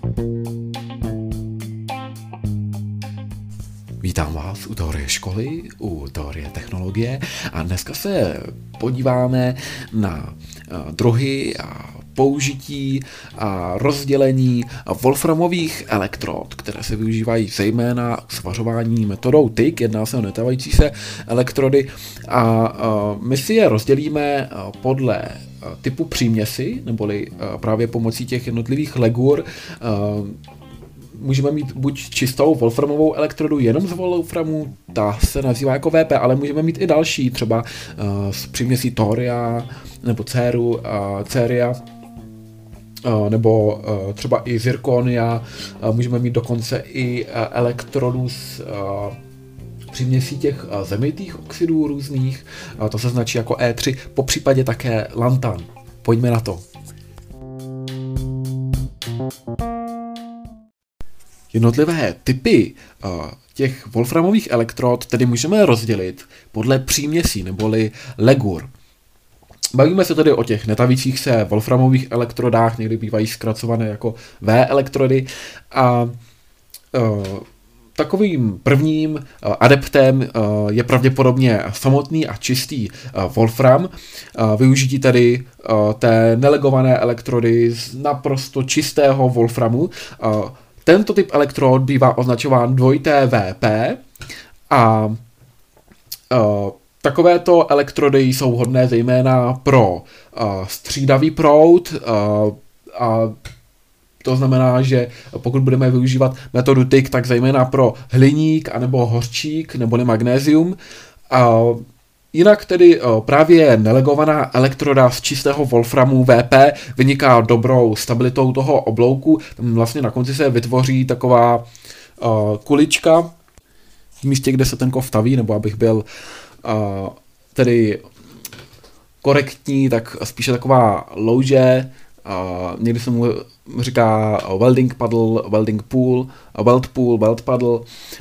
Vítám vás u teorie školy, u teorie technologie a dneska se podíváme na druhy a použití a rozdělení wolframových elektrod, které se využívají zejména k svařování metodou TIC, jedná se o netávající se elektrody a my si je rozdělíme podle typu příměsi, neboli právě pomocí těch jednotlivých legur. Můžeme mít buď čistou wolframovou elektrodu jenom z wolframu, ta se nazývá jako VP, ale můžeme mít i další, třeba z příměsí thoria nebo céria, nebo třeba i zirkonia. Můžeme mít dokonce i elektrodu z příměsí těch zemitých oxidů různých, to se značí jako E3, po případě také lantan. Pojďme na to. Jednotlivé typy těch wolframových elektrod tedy můžeme rozdělit podle příměsí neboli legur. Bavíme se tedy o těch netavících se wolframových elektrodách, někdy bývají zkracované jako V elektrody a takovým prvním adeptem je pravděpodobně samotný a čistý wolfram. Využití tedy té nelegované elektrody z naprosto čistého wolframu. Tento typ elektrod bývá označován 2VP a takovéto elektrody jsou hodné zejména pro střídavý proud a to znamená, že pokud budeme využívat metodu TIC, tak zejména pro hliník anebo hořčík neboli magnézium. Jinak tedy právě nelegovaná elektroda z čistého wolframu VP vyniká dobrou stabilitou toho oblouku. Vlastně na konci se vytvoří taková kulička v místě, kde se ten kov taví, nebo abych byl tedy korektní, tak spíše taková louže. Někdy se mu říká welding paddle, welding pool, weld paddle.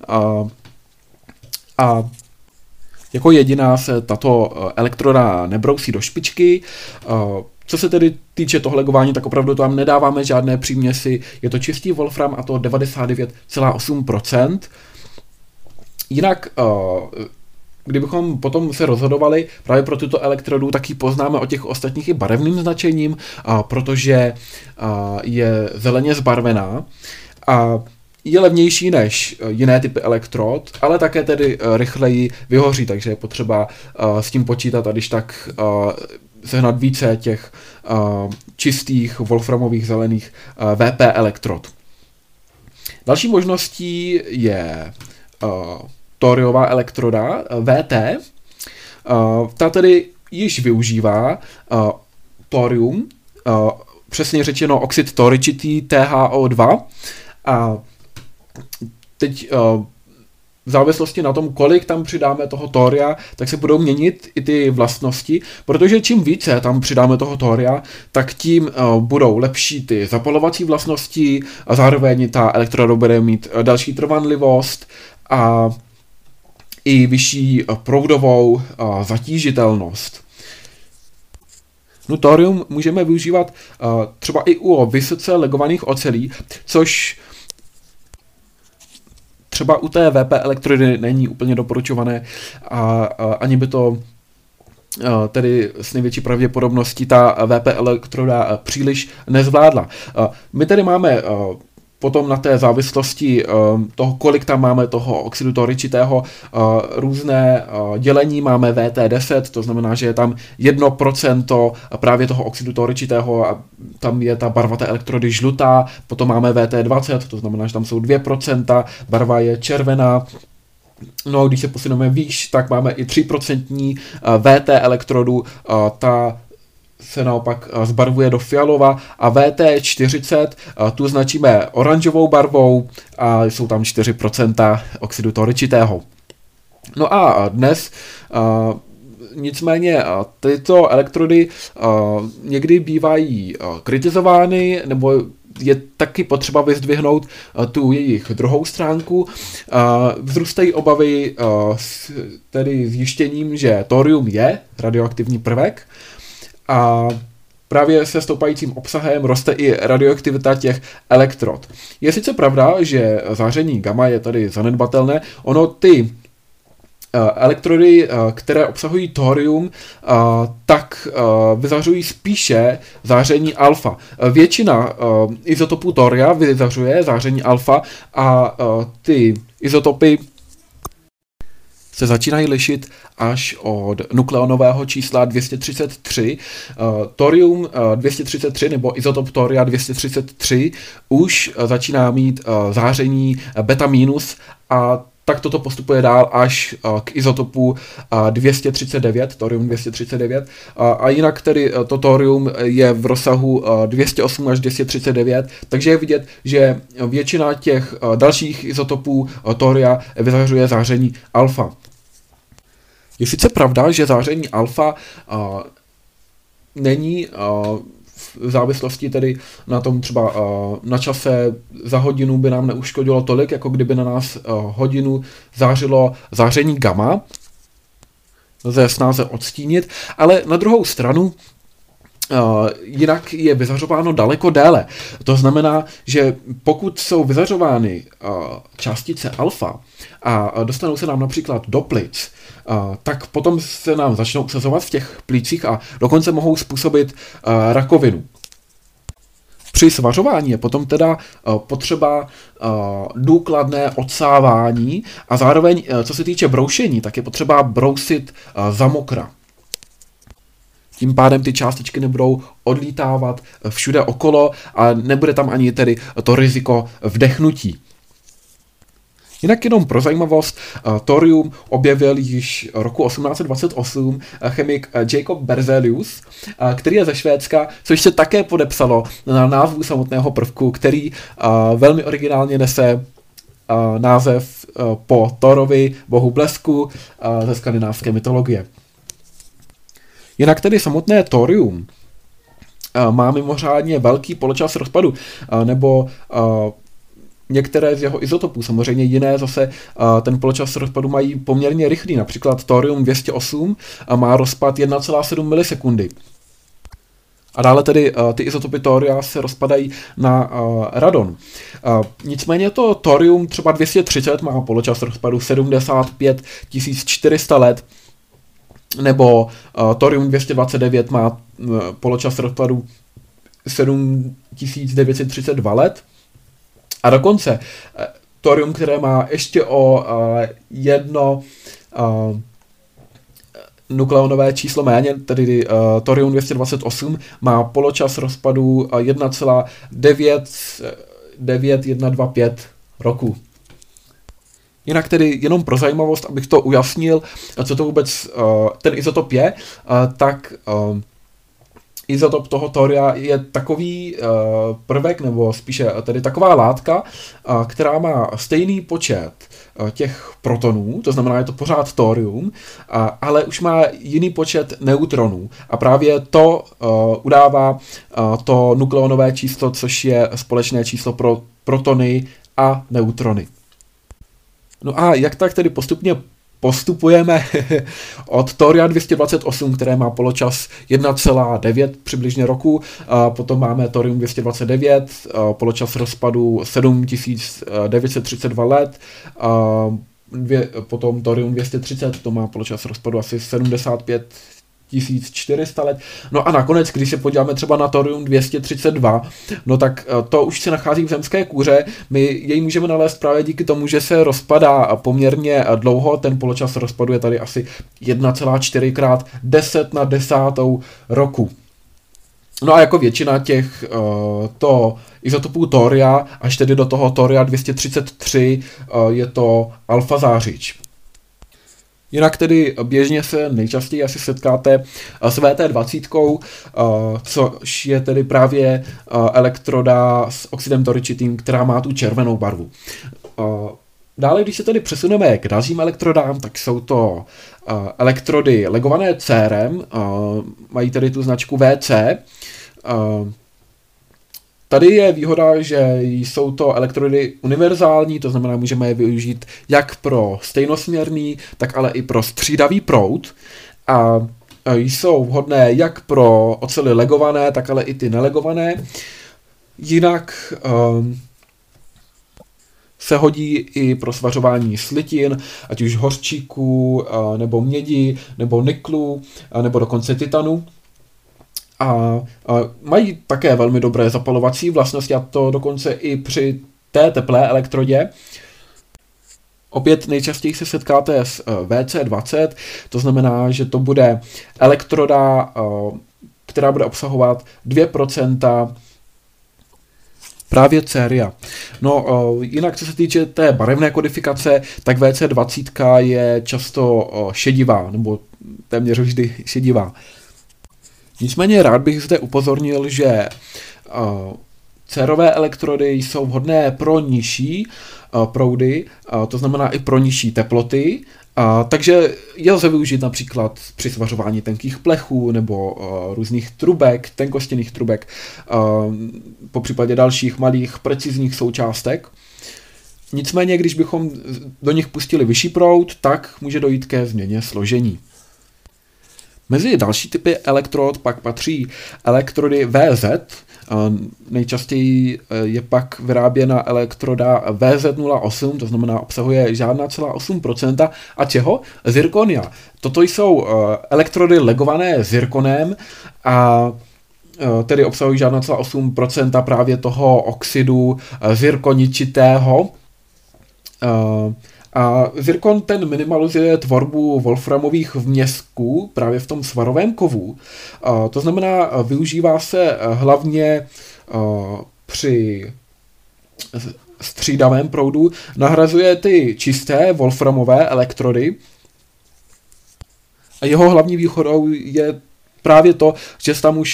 A jako jediná se tato elektroda nebrousí do špičky. Co se tedy týče toho legování, tak opravdu tam nedáváme žádné příměsi. Je to čistý wolfram a to 99,8%. Jinak, kdybychom potom se rozhodovali právě pro tuto elektrodu, tak ji poznáme od těch ostatních i barevným značením, protože je zeleně zbarvená a je levnější než jiné typy elektrod, ale také tedy rychleji vyhoří, takže je potřeba s tím počítat a když tak sehnat více těch čistých wolframových zelených VP elektrod. Další možností je thoriová elektroda VT. Ta tedy již využívá thorium, přesně řečeno oxid thoričitý THO2. A teď v závislosti na tom, kolik tam přidáme toho thoria, tak se budou měnit i ty vlastnosti, protože čím více tam přidáme toho thoria, tak tím budou lepší ty zapalovací vlastnosti a zároveň ta elektroda bude mít další trvanlivost a i vyšší proudovou zatížitelnost. No, thorium můžeme využívat třeba i u vysoce legovaných ocelí, což třeba u té VP elektrody není úplně doporučované a ani by to tedy s největší pravděpodobností ta VP elektroda příliš nezvládla. My tedy máme potom na té závislosti toho, kolik tam máme toho oxidu thoričitého, různé dělení, máme VT10, to znamená, že je tam 1% právě toho oxidu thoričitého a tam je ta barva té elektrody žlutá, potom máme VT20, to znamená, že tam jsou 2%, barva je červená. No, když se posuneme výš, tak máme i 3% VT elektrodu, ta se naopak zbarvuje do fialova a VT40 tu značíme oranžovou barvou a jsou tam 4% oxidu thoričitého. No a dnes nicméně tyto elektrody někdy bývají kritizovány, nebo je taky potřeba vyzdvihnout tu jejich druhou stránku. Vzrůstají obavy tedy zjištěním, že thorium je radioaktivní prvek a právě se stoupajícím obsahem roste i radioaktivita těch elektrod. Je sice pravda, že záření gamma je tady zanedbatelné, ono ty elektrody, které obsahují thorium, tak vyzařují spíše záření alfa. Většina izotopů thoria vyzařuje záření alfa a ty izotopy se začínají lišit až od nukleonového čísla 233. Thorium 233 nebo izotop thoria 233 už začíná mít záření beta minus a tak toto postupuje dál až k izotopu 239, thorium 239. A jinak tedy to thorium je v rozsahu 208 až 239, takže je vidět, že většina těch dalších izotopů thoria vyzařuje záření alfa. Je sice pravda, že záření alfa není v závislosti tedy na tom třeba na čase za hodinu by nám neuškodilo tolik, jako kdyby na nás hodinu zářilo záření gamma. Lze snáze odstínit, ale na druhou stranu jinak je vyzařováno daleko déle. To znamená, že pokud jsou vyzařovány částice alfa a dostanou se nám například do plic, tak potom se nám začnou usazovat v těch plících a dokonce mohou způsobit rakovinu. Při svařování je potom teda potřeba důkladné odsávání a zároveň, co se týče broušení, tak je potřeba brousit za mokra. Tím pádem ty částičky nebudou odlítávat všude okolo a nebude tam ani tedy to riziko vdechnutí. Jinak jenom pro zajímavost, thorium objevil již roku 1828 chemik Jacob Berzelius, který je ze Švédska, což se také podepsalo na názvu samotného prvku, který velmi originálně nese název po Thorovi, bohu blesku ze skandinávské mytologie. Jinak tedy samotné thorium má mimořádně velký poločas rozpadu, nebo některé z jeho izotopů, samozřejmě jiné zase ten poločas rozpadu mají poměrně rychlý, například thorium 208 má rozpad 1,7 milisekundy. A dále tedy ty izotopy thoria se rozpadají na radon. Nicméně to thorium třeba 230 má poločas rozpadu 75 400 let, nebo thorium 229 má poločas rozpadu 7932 let. A dokonce thorium, které má ještě o jedno nukleonové číslo méně, tedy thorium 228, má poločas rozpadu 1,99125 roku. Jinak tedy jenom pro zajímavost, abych to ujasnil, co to vůbec ten izotop je, tak izotop toho thoria je takový prvek, nebo spíše tedy taková látka, která má stejný počet těch protonů, to znamená, je to pořád thorium, ale už má jiný počet neutronů. A právě to udává to nukleonové číslo, což je společné číslo pro protony a neutrony. No a jak tak tedy postupujeme od thoria 228, které má poločas 1,9 přibližně roku, potom máme thorium 229, poločas rozpadu 7932 let, potom thorium 230, to má poločas rozpadu asi 75 1400 let. No a nakonec, když se podíváme třeba na thorium 232, no tak to už se nachází v zemské kůře. My jej můžeme nalézt právě díky tomu, že se rozpadá poměrně dlouho. Ten poločas rozpadu je tady asi 1,4 krát 10 na 10. roku. No a jako většina těch izotopů thoria, až tedy do toho thoria 233, je to alfa zářič. Jinak tedy běžně se nejčastěji asi setkáte s VT20, což je tedy právě elektroda s oxidem toričitým, která má tu červenou barvu. Dále, když se tedy přesuneme k dalším elektrodám, tak jsou to elektrody legované cérem, mají tedy tu značku VC. Tady je výhoda, že jsou to elektrody univerzální, to znamená, můžeme je využít jak pro stejnosměrný, tak ale i pro střídavý proud. A jsou vhodné jak pro ocely legované, tak ale i ty nelegované. Jinak se hodí i pro svařování slitin, ať už hořčíků, nebo mědi, nebo niklu, nebo dokonce titanu. A mají také velmi dobré zapalovací vlastnosti, a to dokonce i při té teplé elektrodě. Opět nejčastěji se setkáte s WC20, to znamená, že to bude elektroda, která bude obsahovat 2% právě céria. No, jinak co se týče té barevné kodifikace, tak WC20 je často šedivá, nebo téměř vždy šedivá. Nicméně rád bych zde upozornil, že cérové elektrody jsou vhodné pro nižší proudy, to znamená i pro nižší teploty, takže je lze využít například při svařování tenkých plechů nebo různých trubek, tenkostěnných trubek, po případě dalších malých precizních součástek. Nicméně, když bychom do nich pustili vyšší proud, tak může dojít ke změně složení. Mezi další typy elektrod pak patří elektrody VZ, nejčastěji je pak vyráběna elektroda VZ08, to znamená obsahuje žádná celá 8%. A čeho? Zirkonia. Toto jsou elektrody legované zirkonem a tedy obsahují žádná celá 8% právě toho oxidu zirkoničitého. A zirkon ten minimalizuje tvorbu wolframových vměsků právě v tom svarovém kovu. To znamená, využívá se hlavně při střídavém proudu, nahrazuje ty čisté wolframové elektrody. A jeho hlavní výhodou je právě to, že se tam už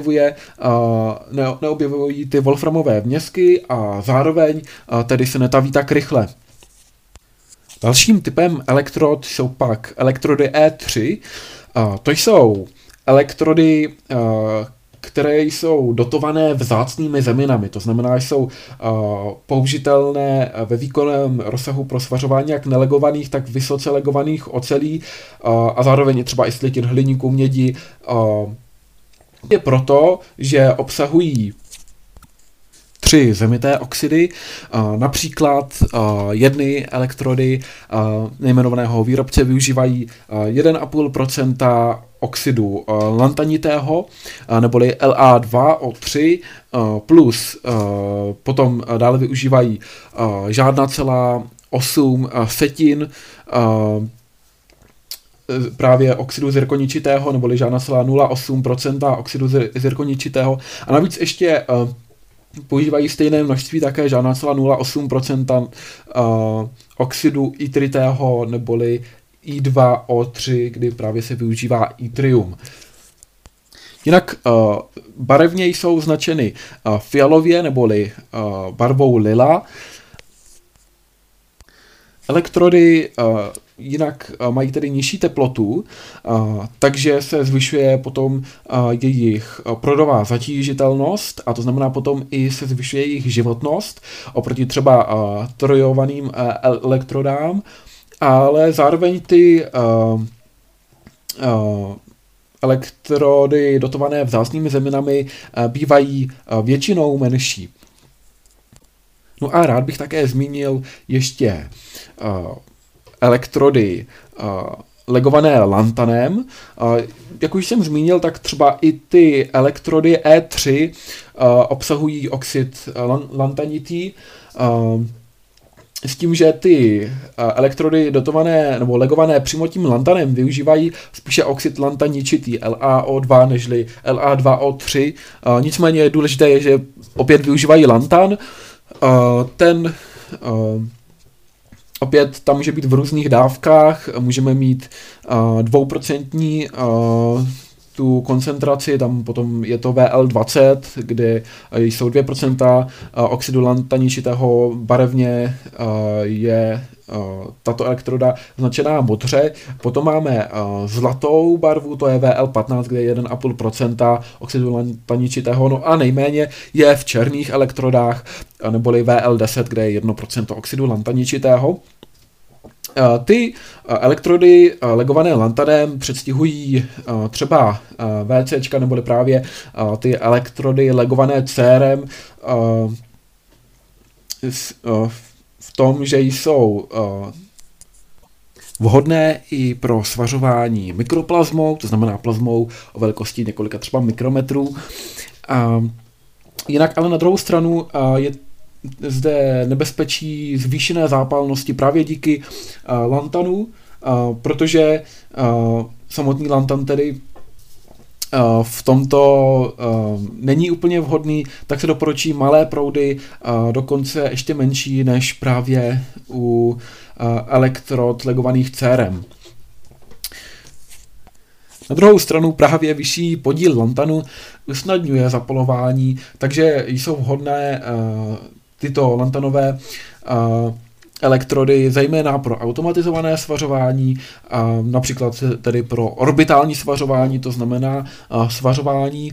neobjevují ty wolframové vměsky a zároveň tedy se netaví tak rychle. Dalším typem elektrod jsou pak elektrody E3. To jsou elektrody, které jsou dotované vzácnými zeminami. To znamená, že jsou použitelné ve výkonném rozsahu pro svařování jak nelegovaných, tak vysoce legovaných ocelí a zároveň třeba i slitin, hliníku, mědi. Je proto, že obsahují 3 zemité oxidy, například jedny elektrody nejmenovaného výrobce využívají 1,5% oxidu lantanitého, neboli La2O3, plus potom dále využívají žádná celá 8 setin právě oxidu zirkoničitého, neboli žádná celá 0,8% oxidu zirkoničitého. A navíc ještě používají stejné množství také žádná celá 0,8% oxidu itritého neboli I2O3, kdy právě se využívá yttrium. Jinak barevně jsou značeny fialově neboli barvou lila. Elektrody jinak mají tedy nižší teplotu, takže se zvyšuje potom jejich proudová zatížitelnost a to znamená potom i se zvyšuje jejich životnost oproti třeba trojovaným elektrodám, ale zároveň ty elektrody dotované vzácnými zeminami bývají většinou menší. No a rád bych také zmínil ještě elektrody legované lantanem. Jak už jsem zmínil, tak třeba i ty elektrody E3 obsahují oxid lantanitý, s tím, že ty elektrody dotované nebo legované přímo tím lantanem využívají spíše oxid lantaničitý LaO2 nežli La2O3. Nicméně důležité je, že opět využívají lantan. Ten opět tam může být v různých dávkách, můžeme mít 2% tu koncentraci, tam potom je to VL20, kde jsou 2% oxidu lantaničitého, barevně je tato elektroda značená modře. Potom máme zlatou barvu, to je VL15, kde je 1,5% oxidu lantaničitého, no a nejméně je v černých elektrodách, neboli VL10, kde je 1% oxidu lantaničitého. Ty elektrody legované lantanem předstihují třeba VCčka, neboli právě ty elektrody legované cérem v tom, že jsou vhodné i pro svařování mikroplazmou, to znamená plazmou o velikosti několika třeba mikrometrů. Jinak ale na druhou stranu je zde nebezpečí zvýšené zápalnosti právě díky lantanu, protože samotný lantan tedy v tomto není úplně vhodný, tak se doporučí malé proudy, dokonce ještě menší než právě u elektrod legovaných cérem. Na druhou stranu právě vyšší podíl lantanu usnadňuje zapalování, takže jsou vhodné tyto lantanové elektrody zejména pro automatizované svařování, například tedy pro orbitální svařování, to znamená svařování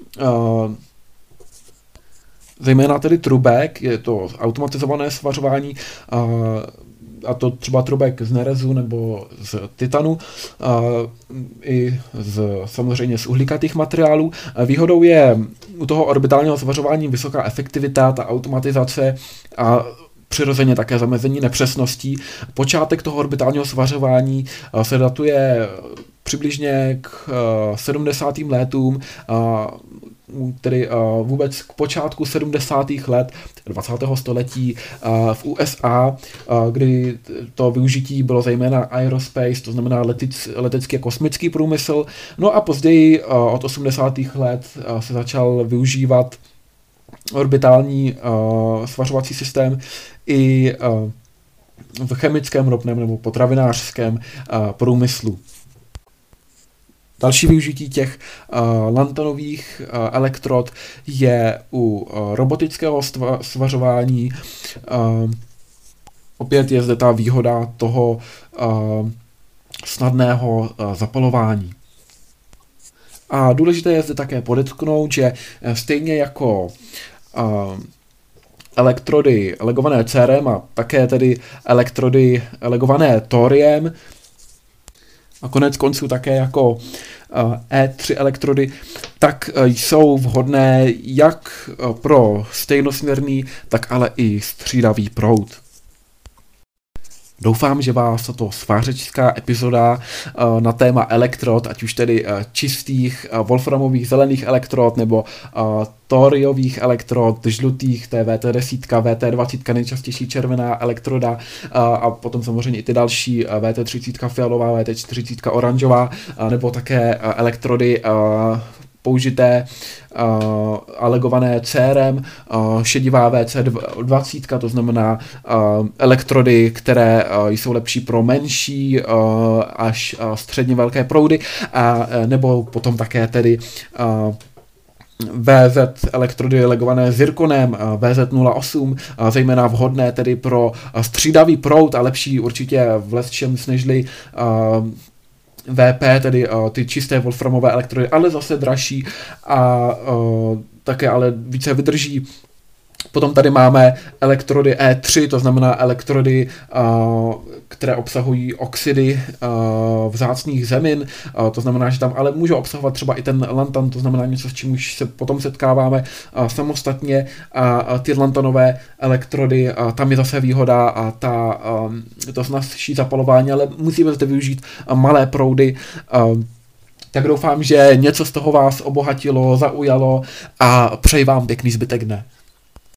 zejména tedy trubek, je to automatizované svařování, a to třeba trubek z nerezu nebo z titanu, i samozřejmě z uhlíkatých materiálů. Výhodou je u toho orbitálního svařování vysoká efektivita, ta automatizace a přirozeně také zamezení nepřesností. Počátek toho orbitálního svařování se datuje přibližně k 70. letům, tedy vůbec k počátku 70. let 20. století v USA, kdy to využití bylo zejména aerospace, to znamená letecký a kosmický průmysl. No a později od 80. let se začal využívat orbitální svařovací systém i v chemickém, ropném nebo potravinářském průmyslu. Další využití těch lantanových elektrod je u robotického svařování. Opět je zde ta výhoda toho snadného zapalování. A důležité je zde také podotknout, že stejně jako elektrody legované cérem a také tedy elektrody legované thoriem, a konec konců také jako E3 elektrody, tak jsou vhodné jak pro stejnosměrný, tak ale i střídavý proud. Doufám, že vás tato svářečská epizoda na téma elektrod, ať už tedy čistých wolframových zelených elektrod nebo thoriových elektrod, žlutých, to je VT10, VT20, nejčastější červená elektroda, a potom samozřejmě i ty další VT30 fialová, VT40 oranžová, nebo také elektrody použité a legované cérem, šedivá VC20, to znamená elektrody, které jsou lepší pro menší až středně velké proudy, nebo potom také tedy VZ elektrody legované zirkonem, VZ08, zejména vhodné tedy pro střídavý proud a lepší určitě v lecčems nežli VP, tedy ty čisté wolframové elektrody, ale zase dražší a také ale více vydrží. Potom tady máme elektrody E3, to znamená elektrody, které obsahují oxidy vzácných zemin, to znamená, že tam ale může obsahovat třeba i ten lantan, to znamená něco, s čím už se potom setkáváme samostatně, a ty lantanové elektrody, tam je zase výhoda a to snazší zapalování, ale musíme zde využít malé proudy. Tak doufám, že něco z toho vás obohatilo, zaujalo a přeji vám pěkný zbytek dne.